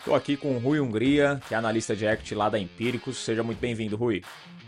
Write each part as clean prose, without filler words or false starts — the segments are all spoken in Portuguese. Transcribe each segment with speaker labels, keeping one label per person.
Speaker 1: Estou aqui com o Rui Hungria, que é analista de equity lá da Empíricos. Seja muito bem-vindo, Rui.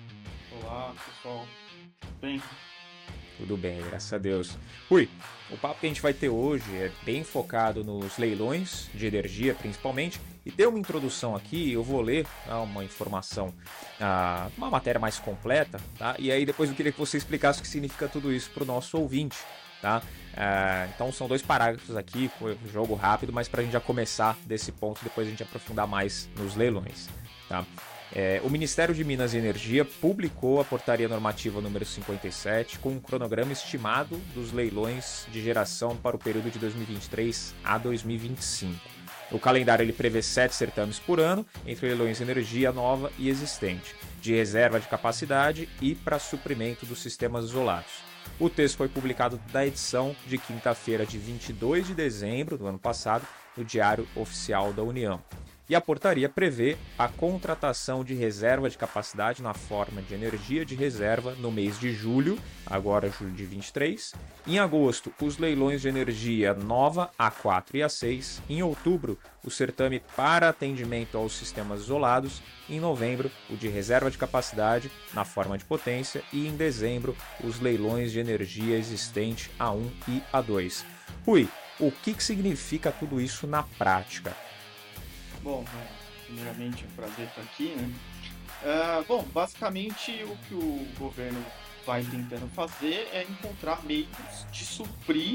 Speaker 2: Olá, pessoal. Tudo bem?
Speaker 1: Tudo bem, graças a Deus. Rui, o papo que a gente vai ter hoje é bem focado nos leilões de energia, principalmente. E ter uma introdução aqui, eu vou ler uma informação, uma matéria mais completa, tá? E aí depois eu queria que você explicasse o que significa tudo isso para o nosso ouvinte, tá? Então são dois parágrafos aqui, jogo rápido, mas para a gente já começar desse ponto, depois a gente aprofundar mais nos leilões, tá? O Ministério de Minas e Energia publicou a portaria normativa número 57 com um cronograma estimado dos leilões de geração para o período de 2023 a 2025. O calendário ele prevê 7 certames por ano, entre leilões de energia nova e existente, de reserva de capacidade e para suprimento dos sistemas isolados. O texto foi publicado na edição de quinta-feira de 22 de dezembro do ano passado, no Diário Oficial da União. E a portaria prevê a contratação de reserva de capacidade na forma de energia de reserva no mês de julho, agora julho de 23. Em agosto, os leilões de energia nova A4 e A6. Em outubro, o certame para atendimento aos sistemas isolados. Em novembro, o de reserva de capacidade na forma de potência. E em dezembro, os leilões de energia existente A1 e A2. Rui, o que significa tudo isso na prática?
Speaker 2: Bom, primeiramente é um prazer estar aqui, né? Bom, basicamente o que o governo vai tentando fazer é encontrar meios de suprir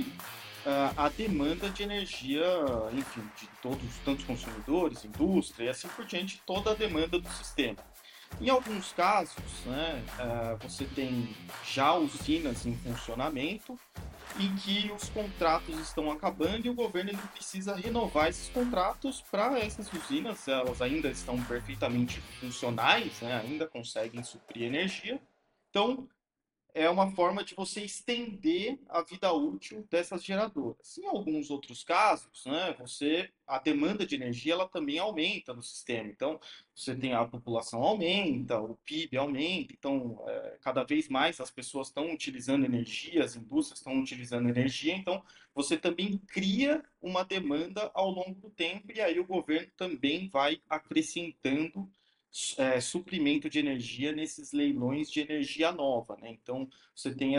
Speaker 2: a demanda de energia, enfim, de todos, tantos consumidores, indústria e assim por diante, toda a demanda do sistema. Em alguns casos, né, você tem já usinas em funcionamento em que os contratos estão acabando e o governo ele precisa renovar esses contratos para essas usinas, elas ainda estão perfeitamente funcionais, né, ainda conseguem suprir energia. Então, é uma forma de você estender a vida útil dessas geradoras. Em alguns outros casos, né, a demanda de energia ela também aumenta no sistema. Então, você tem a população aumenta, o PIB aumenta. Então, cada vez mais as pessoas estão utilizando energia, as indústrias estão utilizando energia. Então, você também cria uma demanda ao longo do tempo e aí o governo também vai acrescentando suprimento de energia nesses leilões de energia nova, né? Então, você tem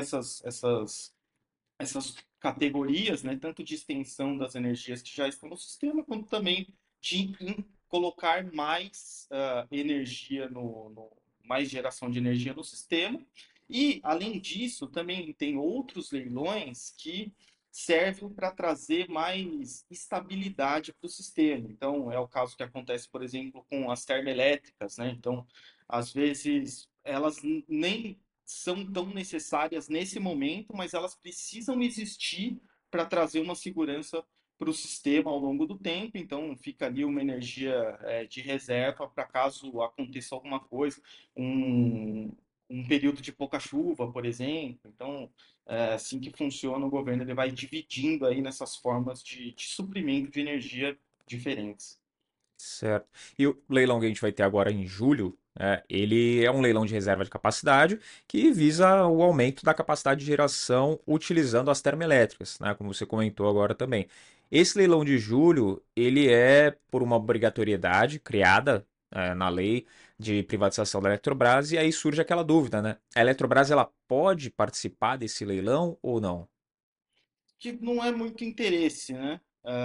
Speaker 2: essas categorias, né? Tanto de extensão das energias que já estão no sistema, quanto também de colocar mais energia mais geração de energia no sistema. E, além disso, também tem outros leilões que servem para trazer mais estabilidade para o sistema. Então, é o caso que acontece, por exemplo, com as termoelétricas, né? Então, às vezes, elas nem são tão necessárias nesse momento, mas elas precisam existir para trazer uma segurança para o sistema ao longo do tempo. Então, fica ali uma energia de reserva para caso aconteça alguma coisa, um, um período de pouca chuva, por exemplo. Então, é assim que funciona o governo, ele vai dividindo aí nessas formas de suprimento de energia diferentes.
Speaker 1: Certo. E o leilão que a gente vai ter agora em julho, ele é um leilão de reserva de capacidade que visa o aumento da capacidade de geração utilizando as termoelétricas, né, como você comentou agora também. Esse leilão de julho, ele é por uma obrigatoriedade criada na lei de privatização da Eletrobras, e aí surge aquela dúvida, né? A Eletrobras ela pode participar desse leilão ou não?
Speaker 2: Que não é muito interesse, né?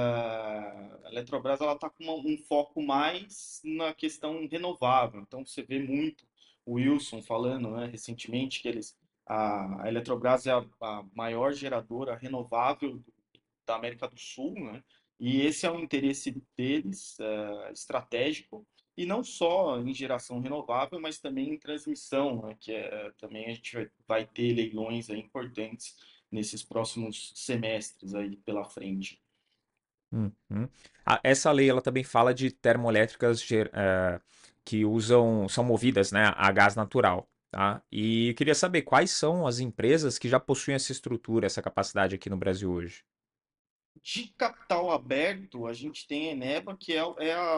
Speaker 2: A Eletrobras ela está com um foco mais na questão renovável. Então você vê muito o Wilson falando, né, recentemente que a Eletrobras é a maior geradora renovável da América do Sul, né? E esse é um interesse deles, estratégico, e não só em geração renovável, mas também em transmissão, né? Também a gente vai ter leilões aí importantes nesses próximos semestres aí pela frente.
Speaker 1: Uhum. Essa lei ela também fala de termoelétricas que são movidas, né, a gás natural, tá? E eu queria saber quais são as empresas que já possuem essa estrutura, essa capacidade aqui no Brasil hoje.
Speaker 2: De capital aberto, a gente tem a Eneva, que é a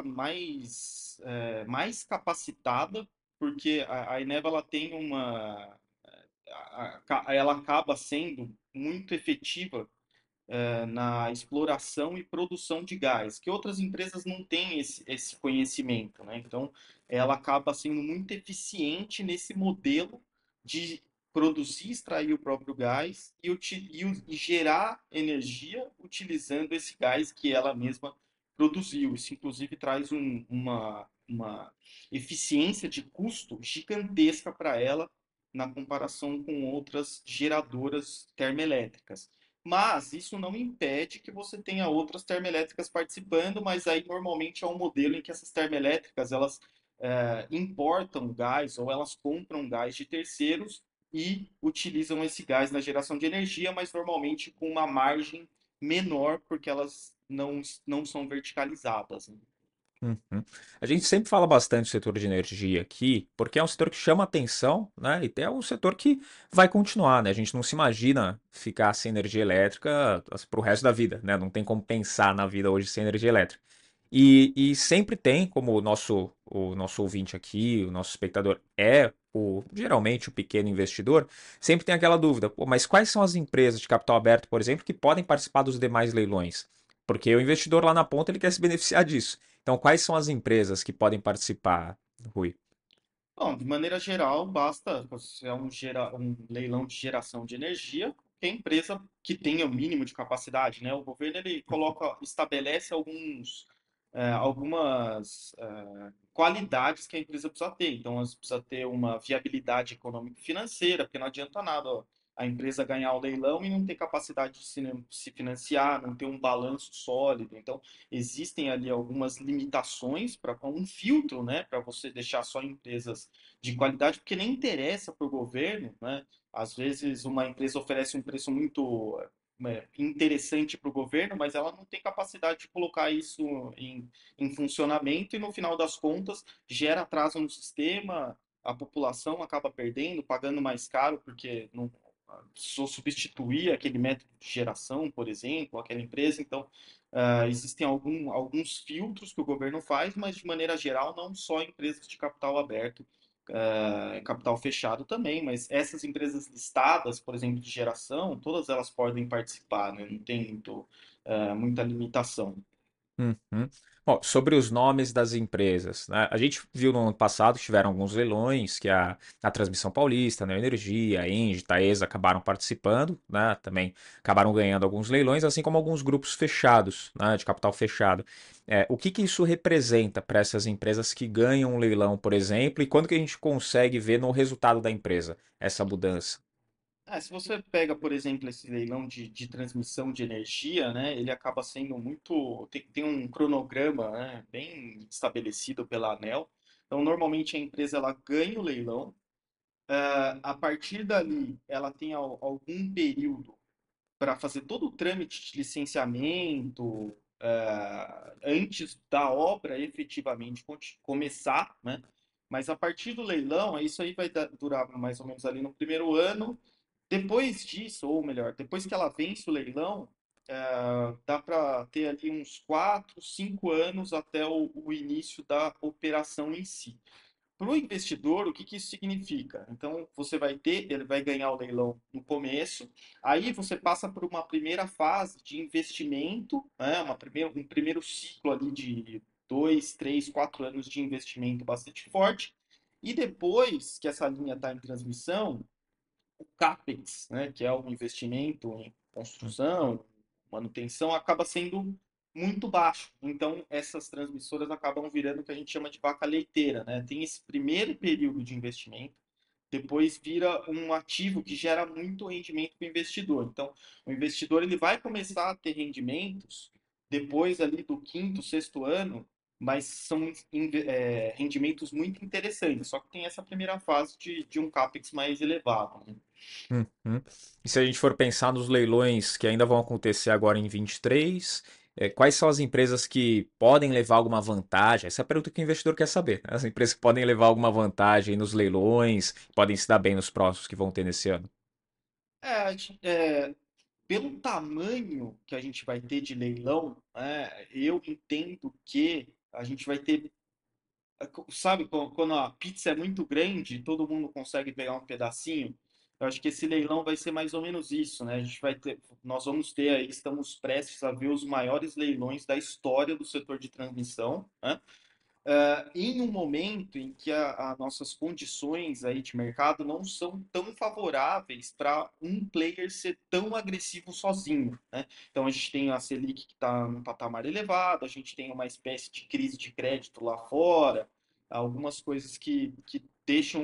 Speaker 2: mais capacitada, porque a Eneva ela tem ela acaba sendo muito efetiva na exploração e produção de gás, que outras empresas não têm esse conhecimento, né? Então, ela acaba sendo muito eficiente nesse modelo de produzir, extrair o próprio gás e gerar energia utilizando esse gás que ela mesma produziu. Isso, inclusive, traz uma eficiência de custo gigantesca para ela na comparação com outras geradoras termoelétricas. Mas isso não impede que você tenha outras termoelétricas participando, mas aí normalmente é um modelo em que essas termoelétricas elas importam gás ou elas compram gás de terceiros e utilizam esse gás na geração de energia, mas normalmente com uma margem menor, porque elas não são verticalizadas, né?
Speaker 1: Uhum. A gente sempre fala bastante do setor de energia aqui, porque é um setor que chama atenção, né? E é um setor que vai continuar, né? A gente não se imagina ficar sem energia elétrica para o resto da vida, né? Não tem como pensar na vida hoje sem energia elétrica. E sempre tem, como o nosso ouvinte aqui, o nosso espectador é geralmente o pequeno investidor, sempre tem aquela dúvida, pô, mas quais são as empresas de capital aberto, por exemplo, que podem participar dos demais leilões? Porque o investidor lá na ponta ele quer se beneficiar disso. Então, quais são as empresas que podem participar, Rui?
Speaker 2: Bom, de maneira geral, basta se é um leilão de geração de energia, que a empresa que tenha o mínimo de capacidade, né? O governo ele estabelece algumas qualidades que a empresa precisa ter. Então, ela precisa ter uma viabilidade econômica e financeira, porque não adianta nada, ó, a empresa ganhar o leilão e não ter capacidade de se financiar, não ter um balanço sólido. Então, existem ali algumas limitações para um filtro, né, para você deixar só empresas de qualidade, porque nem interessa para o governo, né? Às vezes uma empresa oferece um preço muito interessante para o governo, mas ela não tem capacidade de colocar isso em funcionamento e no final das contas gera atraso no sistema, a população acaba perdendo, pagando mais caro porque não precisou substituir aquele método de geração, por exemplo, aquela empresa. Então, existem alguns filtros que o governo faz, mas de maneira geral, não só empresas de capital aberto, capital fechado também, mas essas empresas listadas, por exemplo, de geração, todas elas podem participar, né? Não tem muita limitação.
Speaker 1: Uhum. Bom, sobre os nomes das empresas, né? A gente viu no ano passado que tiveram alguns leilões, que a Transmissão Paulista, né, a Energia, a Engie, Taesa acabaram participando, né? Também acabaram ganhando alguns leilões, assim como alguns grupos fechados, né, de capital fechado. O que que isso representa para essas empresas que ganham um leilão, por exemplo, e quando que a gente consegue ver no resultado da empresa essa mudança?
Speaker 2: Se você pega, por exemplo, esse leilão de transmissão de energia, né, ele acaba sendo muito. Tem um cronograma, né, bem estabelecido pela ANEEL. Então, normalmente a empresa ela ganha o leilão. A partir dali, ela tem algum período para fazer todo o trâmite de licenciamento, antes da obra efetivamente começar, né? Mas a partir do leilão, isso aí vai durar mais ou menos ali no primeiro ano. Depois disso, ou melhor, depois que ela vence o leilão, dá para ter ali uns 4, 5 anos até o início da operação em si. Para o investidor, o que, que isso significa? Então, ele vai ganhar o leilão no começo, aí você passa por uma primeira fase de investimento, né, um primeiro ciclo ali de 2, 3, 4 anos de investimento bastante forte, e depois que essa linha está em transmissão, o CAPEX, né, que é o investimento em construção, manutenção, acaba sendo muito baixo. Então, essas transmissoras acabam virando o que a gente chama de vaca leiteira, né? Tem esse primeiro período de investimento, depois vira um ativo que gera muito rendimento para o investidor. Então, o investidor ele vai começar a ter rendimentos depois ali do quinto, sexto ano, mas são rendimentos muito interessantes. Só que tem essa primeira fase de um CAPEX mais elevado, né?
Speaker 1: Uhum. E se a gente for pensar nos leilões que ainda vão acontecer agora em 23, quais são as empresas que podem levar alguma vantagem? Essa é a pergunta que o investidor quer saber, né? As empresas que podem levar alguma vantagem nos leilões, podem se dar bem nos próximos que vão ter nesse ano.
Speaker 2: É, é, pelo tamanho que a gente vai ter de leilão, eu entendo que a gente vai ter. Sabe, quando a pizza é muito grande, todo mundo consegue pegar um pedacinho. Eu acho que esse leilão vai ser mais ou menos isso, né? A gente vai ter, nós vamos ter aí, estamos prestes a ver os maiores leilões da história do setor de transmissão, né? Em um momento em que as nossas condições aí de mercado não são tão favoráveis para um player ser tão agressivo sozinho, né? Então a gente tem a Selic que está num patamar elevado, a gente tem uma espécie de crise de crédito lá fora, algumas coisas que deixam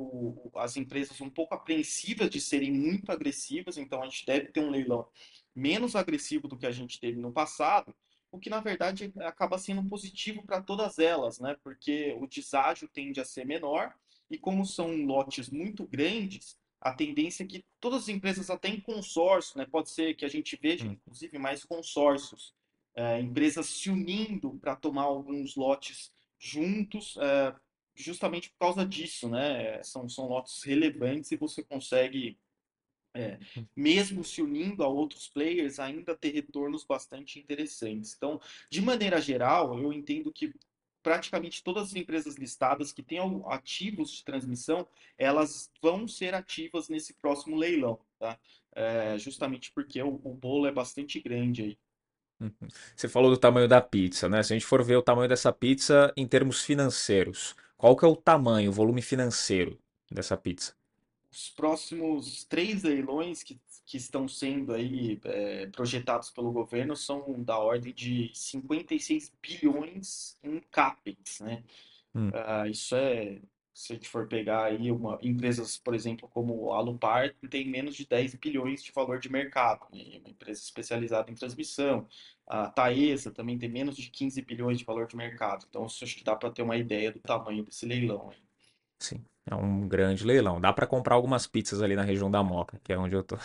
Speaker 2: as empresas um pouco apreensivas de serem muito agressivas, então a gente deve ter um leilão menos agressivo do que a gente teve no passado, o que na verdade acaba sendo positivo para todas elas, né? Porque o deságio tende a ser menor e como são lotes muito grandes, a tendência é que todas as empresas, até em consórcio, né? Pode ser que a gente veja,
Speaker 1: Hum.
Speaker 2: inclusive, mais consórcios, empresas se unindo para tomar alguns lotes juntos, justamente por causa disso, né? São lotes relevantes e você consegue é, mesmo se unindo a outros players, ainda ter retornos bastante interessantes. Então, de maneira geral, eu entendo que praticamente todas as empresas listadas que têm ativos de transmissão, elas vão ser ativas nesse próximo leilão, tá? Justamente porque o bolo é bastante grande aí.
Speaker 1: Uhum. Você falou do tamanho da pizza, né? Se a gente for ver o tamanho dessa pizza em termos financeiros, qual que é o tamanho, o volume financeiro dessa pizza?
Speaker 2: Os próximos três leilões que estão sendo aí projetados pelo governo são da ordem de 56 bilhões em CAPEX, né? Isso se a gente for pegar aí empresas, por exemplo, como a Alupar, que tem menos de 10 bilhões de valor de mercado, né? Uma empresa especializada em transmissão. A Taesa também tem menos de 15 bilhões de valor de mercado. Então, isso acho que dá para ter uma ideia do tamanho desse leilão aí.
Speaker 1: Sim, é um grande leilão. Dá para comprar algumas pizzas ali na região da Moca, que é onde eu tô.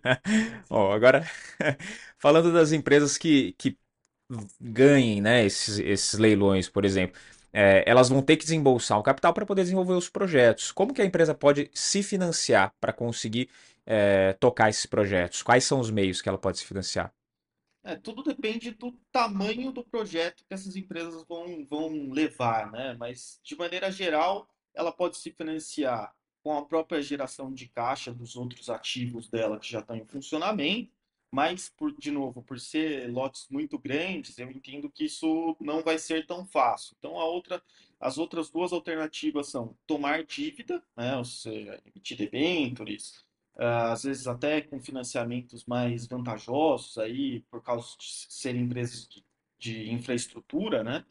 Speaker 1: Ó, agora, falando das empresas que ganhem, né, esses leilões, por exemplo, elas vão ter que desembolsar um capital para poder desenvolver os projetos. Como que a empresa pode se financiar para conseguir tocar esses projetos? Quais são os meios que ela pode se financiar?
Speaker 2: Tudo depende do tamanho do projeto que essas empresas vão levar, né? Mas, de maneira geral, ela pode se financiar com a própria geração de caixa dos outros ativos dela que já estão em funcionamento, mas, de novo, por ser lotes muito grandes, eu entendo que isso não vai ser tão fácil. Então, as outras duas alternativas são tomar dívida, né? Ou seja, emitir debêntures, às vezes até com financiamentos mais vantajosos aí, por causa de serem empresas de infraestrutura, né?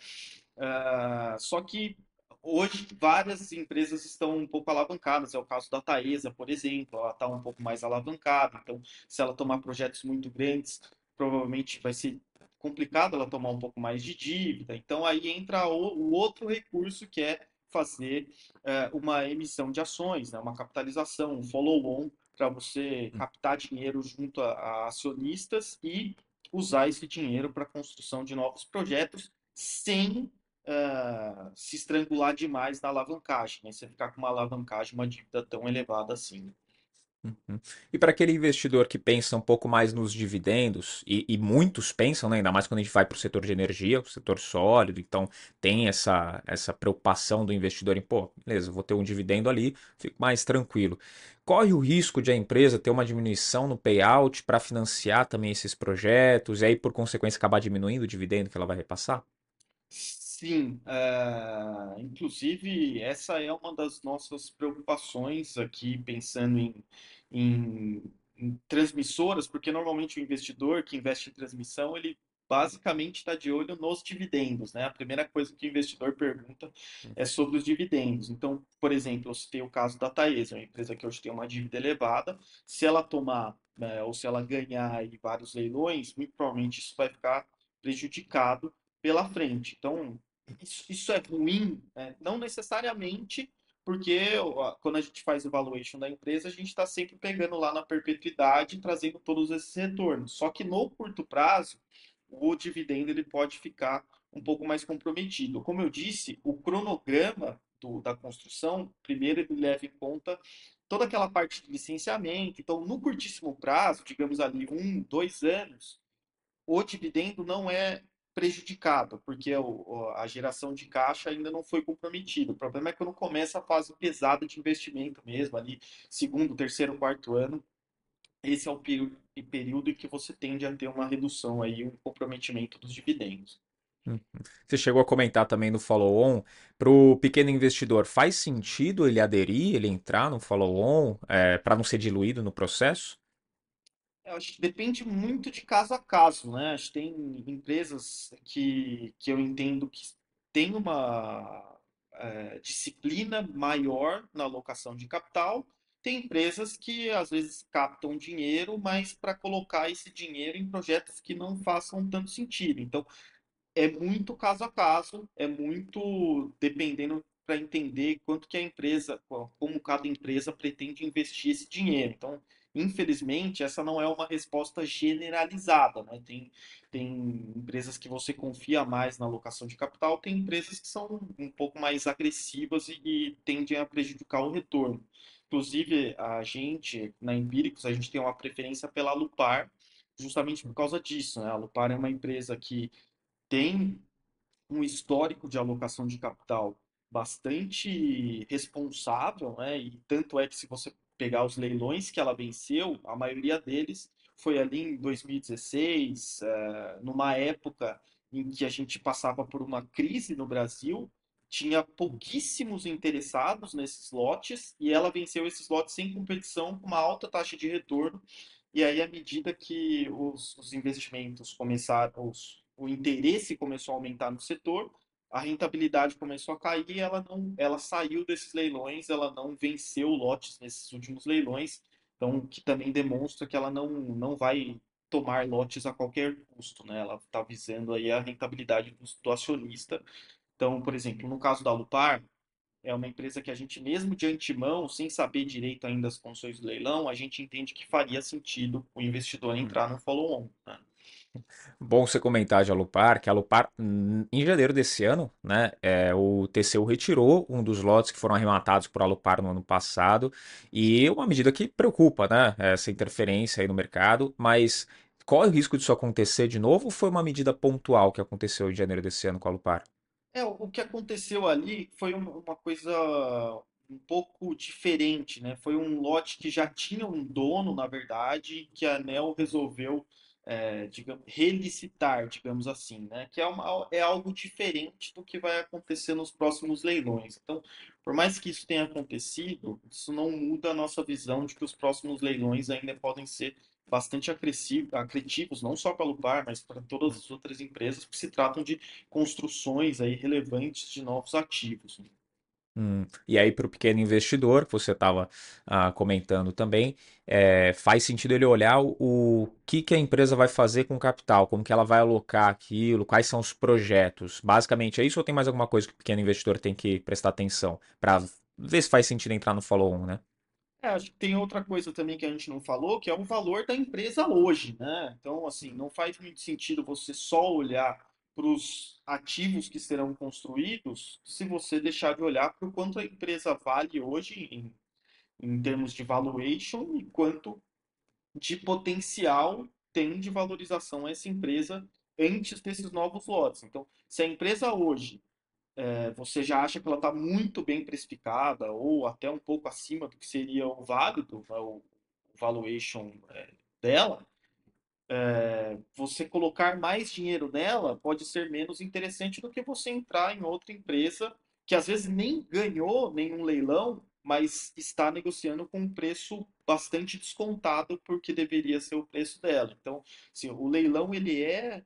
Speaker 2: Só que hoje várias empresas estão um pouco alavancadas, é o caso da Taesa, por exemplo, ela está um pouco mais alavancada, então se ela tomar projetos muito grandes, provavelmente vai ser complicado ela tomar um pouco mais de dívida, então aí entra o outro recurso que é fazer uma emissão de ações, né, uma capitalização, um follow-on, para você captar dinheiro junto a acionistas e usar esse dinheiro para a construção de novos projetos sem se estrangular demais na alavancagem, né? Você ficar com uma alavancagem, uma dívida tão elevada assim.
Speaker 1: Uhum. E para aquele investidor que pensa um pouco mais nos dividendos, e muitos pensam, né, ainda mais quando a gente vai para o setor de energia, o setor sólido, então tem essa preocupação do investidor em, pô, beleza, vou ter um dividendo ali, fico mais tranquilo. Corre o risco de a empresa ter uma diminuição no payout para financiar também esses projetos, e aí, por consequência, acabar diminuindo o dividendo que ela vai repassar?
Speaker 2: Sim, inclusive essa é uma das nossas preocupações aqui, pensando em transmissoras, porque normalmente o investidor que investe em transmissão, ele basicamente está de olho nos dividendos, né? A primeira coisa que o investidor pergunta é sobre os dividendos. Então, por exemplo, eu citei o caso da Taesa, uma empresa que hoje tem uma dívida elevada, se ela tomar, né, ou se ela ganhar aí vários leilões, muito provavelmente isso vai ficar prejudicado pela frente. Então, isso é ruim, né? Não necessariamente, porque quando a gente faz evaluation da empresa, a gente está sempre pegando lá na perpetuidade e trazendo todos esses retornos. Só que no curto prazo, o dividendo ele pode ficar um pouco mais comprometido. Como eu disse, o cronograma da construção, primeiro ele leva em conta toda aquela parte de licenciamento. Então, no curtíssimo prazo, digamos ali 1, 2 anos, o dividendo não é prejudicado, porque a geração de caixa ainda não foi comprometida. O problema é quando começa a fase pesada de investimento mesmo, ali, segundo, terceiro, quarto ano, esse é o período em que você tende a ter uma redução aí, um comprometimento dos dividendos.
Speaker 1: Uhum. Você chegou a comentar também no follow-on. Para o pequeno investidor, faz sentido ele aderir, ele entrar no follow-on, para não ser diluído no processo?
Speaker 2: Eu acho que depende muito de caso a caso, né? Acho que tem empresas que eu entendo que tem uma disciplina maior na alocação de capital. Tem empresas que às vezes captam dinheiro, mas para colocar esse dinheiro em projetos que não façam tanto sentido. Então, é muito caso a caso, é muito dependendo para entender quanto que a empresa, como cada empresa pretende investir esse dinheiro. Então, infelizmente, essa não é uma resposta generalizada, né? Tem empresas que você confia mais na alocação de capital, tem empresas que são um pouco mais agressivas e tendem a prejudicar o retorno. Inclusive, a gente, na Empíricos, a gente tem uma preferência pela Lupar, justamente por causa disso, né? A Lupar é uma empresa que tem um histórico de alocação de capital bastante responsável, né? E tanto é que se você pegar os leilões que ela venceu, a maioria deles foi ali em 2016, numa época em que a gente passava por uma crise no Brasil, tinha pouquíssimos interessados nesses lotes e ela venceu esses lotes sem competição, com uma alta taxa de retorno. E aí, à medida que os investimentos começaram, o interesse começou a aumentar no setor, a rentabilidade começou a cair e ela saiu desses leilões, ela não venceu lotes nesses últimos leilões, então que também demonstra que ela não vai tomar lotes a qualquer custo, né? Ela está visando aí a rentabilidade do acionista. Então, por exemplo, no caso da Lupar, é uma empresa que a gente, mesmo de antemão, sem saber direito ainda as condições do leilão, a gente entende que faria sentido o investidor entrar no follow-on, né?
Speaker 1: Bom você comentar de Alupar, que a Alupar, em janeiro desse ano, né, o TCU retirou um dos lotes que foram arrematados por Alupar no ano passado, e é uma medida que preocupa, né, essa interferência aí no mercado, mas qual é o risco disso acontecer de novo ou foi uma medida pontual que aconteceu em janeiro desse ano com a Alupar?
Speaker 2: O que aconteceu ali foi uma coisa um pouco diferente, né? Foi um lote que já tinha um dono, na verdade, que a ANEEL resolveu, digamos, relicitar, digamos assim, né? Que é algo diferente do que vai acontecer nos próximos leilões. Então, por mais que isso tenha acontecido, isso não muda a nossa visão de que os próximos leilões ainda podem ser bastante acretivos, não só para a Lupar, mas para todas as outras empresas, que se tratam de construções aí relevantes de novos ativos, né?
Speaker 1: E aí, para o pequeno investidor, que você estava comentando também, faz sentido ele olhar o que a empresa vai fazer com o capital, como que ela vai alocar aquilo, quais são os projetos. Basicamente é isso ou tem mais alguma coisa que o pequeno investidor tem que prestar atenção para ver se faz sentido entrar no follow-on, né?
Speaker 2: Acho que tem outra coisa também que a gente não falou, que é o valor da empresa hoje, né? Então, assim, não faz muito sentido você só olhar para os ativos que serão construídos se você deixar de olhar para o quanto a empresa vale hoje em termos de valuation e quanto de potencial tem de valorização essa empresa antes desses novos lotes. Então, se a empresa hoje você já acha que ela está muito bem precificada ou até um pouco acima do que seria o válido, né, o valuation dela, você colocar mais dinheiro nela pode ser menos interessante do que você entrar em outra empresa que às vezes nem ganhou nenhum leilão, mas está negociando com um preço bastante descontado porque deveria ser o preço dela. Então, assim, o leilão ele é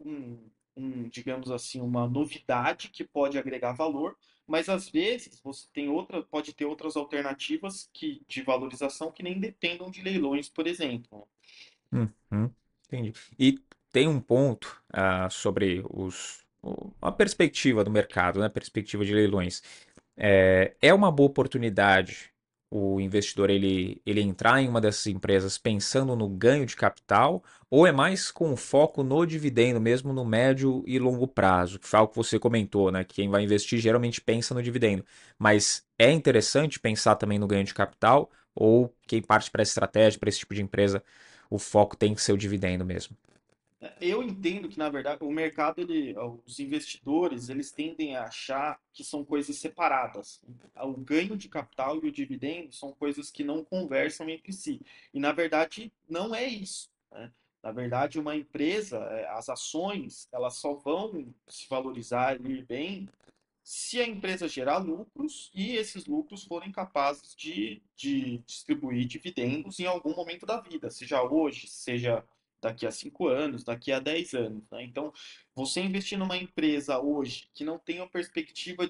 Speaker 2: digamos assim, uma novidade que pode agregar valor, mas às vezes você pode ter outras alternativas de valorização que nem dependam de leilões, por exemplo.
Speaker 1: Uhum, entendi. E tem um ponto sobre a perspectiva do mercado, né? Perspectiva de leilões. É uma boa oportunidade o investidor ele entrar em uma dessas empresas pensando no ganho de capital, ou é mais com foco no dividendo, mesmo no médio e longo prazo, que foi algo que você comentou, né? Que quem vai investir geralmente pensa no dividendo. Mas é interessante pensar também no ganho de capital, ou quem parte para essa estratégia, para esse tipo de empresa, o foco tem que ser o dividendo mesmo.
Speaker 2: Eu entendo que, na verdade, o mercado, os investidores, eles tendem a achar que são coisas separadas. O ganho de capital e o dividendo são coisas que não conversam entre si. E, na verdade, não é isso, né? Na verdade, uma empresa, as ações, elas só vão se valorizar e ir bem se a empresa gerar lucros e esses lucros forem capazes de distribuir dividendos em algum momento da vida, seja hoje, seja daqui a 5 anos, daqui a 10 anos, né? Então, você investir numa empresa hoje que não tem uma perspectiva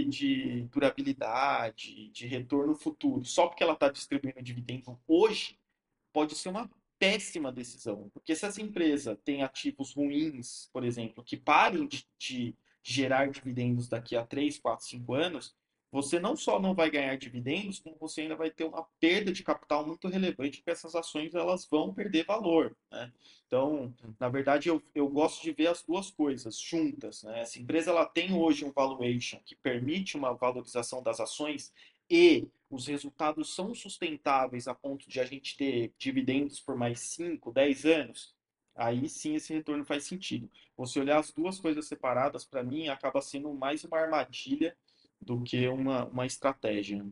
Speaker 2: de durabilidade, de retorno futuro, só porque ela está distribuindo dividendo hoje, pode ser uma péssima decisão. Porque se essa empresa tem ativos ruins, por exemplo, que parem de gerar dividendos daqui a 3, 4, 5 anos, você não só não vai ganhar dividendos, como você ainda vai ter uma perda de capital muito relevante, porque essas ações elas vão perder valor, né? Então, na verdade, eu gosto de ver as duas coisas juntas, né? Essa empresa ela tem hoje um valuation que permite uma valorização das ações e os resultados são sustentáveis a ponto de a gente ter dividendos por mais 5, 10 anos, aí sim esse retorno faz sentido. Você olhar as duas coisas separadas, para mim, acaba sendo mais uma armadilha do que uma estratégia.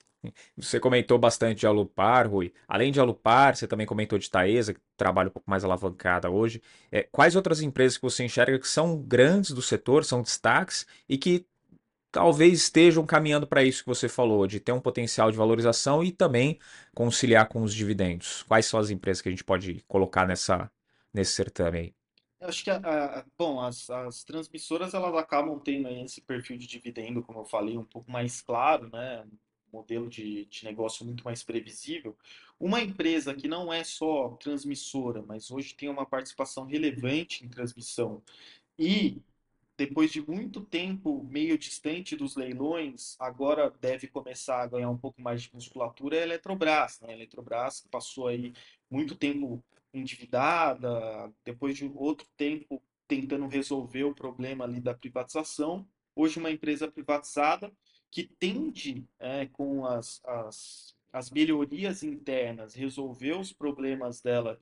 Speaker 1: Você comentou bastante de Alupar, Rui. Além de Alupar, você também comentou de Taesa, que trabalha um pouco mais alavancada hoje. Quais outras empresas que você enxerga que são grandes do setor, são destaques e que talvez estejam caminhando para isso que você falou, de ter um potencial de valorização e também conciliar com os dividendos? Quais são as empresas que a gente pode colocar nesse certame aí?
Speaker 2: Eu acho que, bom, as transmissoras elas acabam tendo aí esse perfil de dividendo, como eu falei, um pouco mais claro, né? Um modelo de negócio muito mais previsível. Uma empresa que não é só transmissora, mas hoje tem uma participação relevante em transmissão e depois de muito tempo meio distante dos leilões, agora deve começar a ganhar um pouco mais de musculatura é a Eletrobras, né? A Eletrobras passou aí muito tempo endividada, depois de outro tempo tentando resolver o problema ali da privatização. Hoje uma empresa privatizada que tende, com as melhorias internas, resolver os problemas dela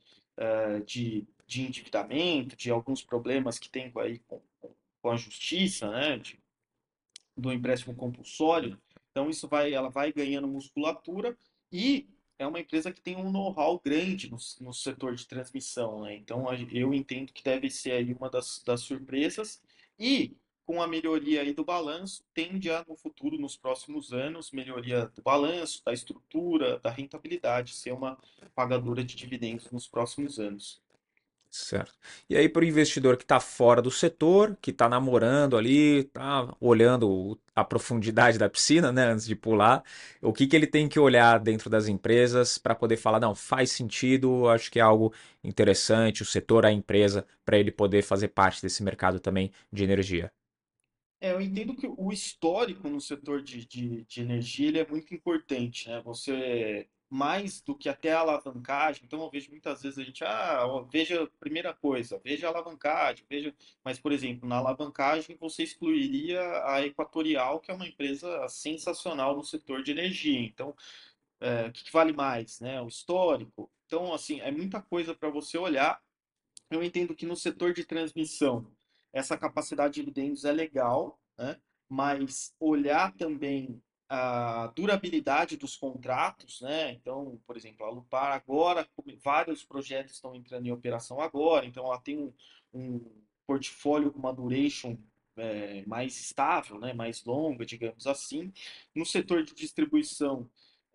Speaker 2: de endividamento, de alguns problemas que tem aí com a justiça, né, do empréstimo compulsório. Então ela vai ganhando musculatura e é uma empresa que tem um know-how grande no setor de transmissão, né? Então eu entendo que deve ser aí uma das surpresas e com a melhoria aí do balanço, tende a, no futuro, nos próximos anos, melhoria do balanço, da estrutura, da rentabilidade, ser uma pagadora de dividendos nos próximos anos.
Speaker 1: Certo. E aí, para o investidor que está fora do setor, que está namorando ali, está olhando a profundidade da piscina, né, antes de pular, o que que ele tem que olhar dentro das empresas para poder falar, não, faz sentido, acho que é algo interessante, o setor, a empresa, para ele poder fazer parte desse mercado também de energia.
Speaker 2: Eu entendo que o histórico no setor de energia ele é muito importante, né? Você, mais do que até a alavancagem, então eu vejo muitas vezes a gente, ó, veja, primeira coisa, veja a alavancagem, veja, mas, por exemplo, na alavancagem você excluiria a Equatorial, que é uma empresa sensacional no setor de energia. Então, o que vale mais, né? O histórico. Então, assim, é muita coisa para você olhar. Eu entendo que no setor de transmissão, essa capacidade de dividendos é legal, né? Mas olhar também a durabilidade dos contratos, né? Então, por exemplo, a Lupar agora, vários projetos estão entrando em operação agora, então ela tem um portfólio com uma duration mais estável, né? Mais longa, digamos assim. No setor de distribuição,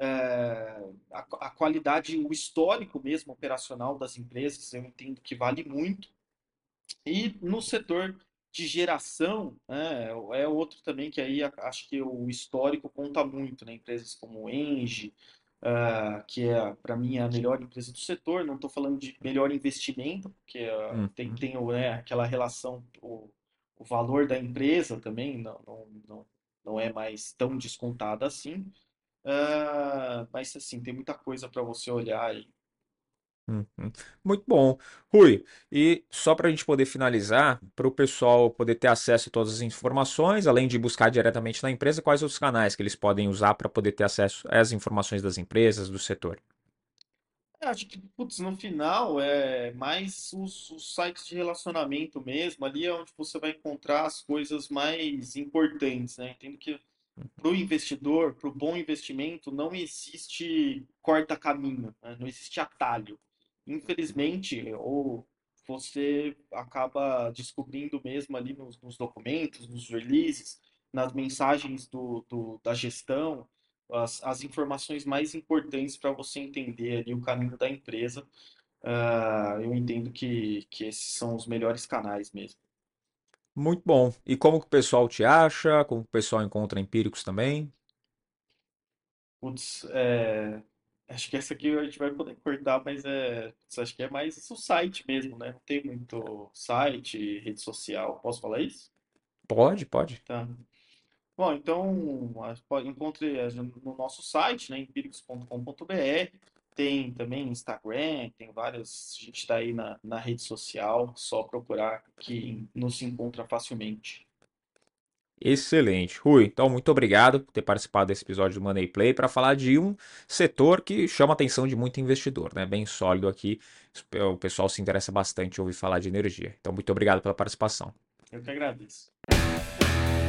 Speaker 2: a qualidade, o histórico mesmo operacional das empresas, eu entendo que vale muito. E no setor de geração, né, é outro também que aí acho que o histórico conta muito, né? Empresas como Engie, que é, para mim, a melhor empresa do setor. Não estou falando de melhor investimento, porque
Speaker 1: Uhum.
Speaker 2: tem né, aquela relação, o valor da empresa também não é mais tão descontada assim. Mas assim, tem muita coisa para você olhar aí.
Speaker 1: Uhum. Muito bom. Rui, e só para a gente poder finalizar, para o pessoal poder ter acesso a todas as informações, além de buscar diretamente na empresa, quais os canais que eles podem usar para poder ter acesso às informações das empresas, do setor?
Speaker 2: Acho que, putz, no final é mais os sites de relacionamento mesmo, ali é onde você vai encontrar as coisas mais importantes, né? Entendo que para o investidor, para o bom investimento, não existe corta-caminho, né? Não existe atalho. Infelizmente, ou você acaba descobrindo mesmo ali nos documentos, nos releases, nas mensagens da gestão, as informações mais importantes para você entender ali o caminho da empresa. Eu entendo que esses são os melhores canais mesmo.
Speaker 1: Muito bom. E como que o pessoal te acha? Como que o pessoal encontra empíricos também?
Speaker 2: Putz, acho que essa aqui a gente vai poder cortar, mas acho que é mais o site mesmo, né? Não tem muito site, rede social. Posso falar isso?
Speaker 1: Pode, pode.
Speaker 2: Tá. Bom, então encontre no nosso site, né? empíricos.com.br. Tem também Instagram, tem várias. A gente está aí na rede social, só procurar que nos encontra facilmente.
Speaker 1: Excelente. Rui, então muito obrigado por ter participado desse episódio do Money Play para falar de um setor que chama a atenção de muito investidor, né? Bem sólido aqui. O pessoal se interessa bastante em ouvir falar de energia. Então, muito obrigado pela participação.
Speaker 2: Eu que agradeço.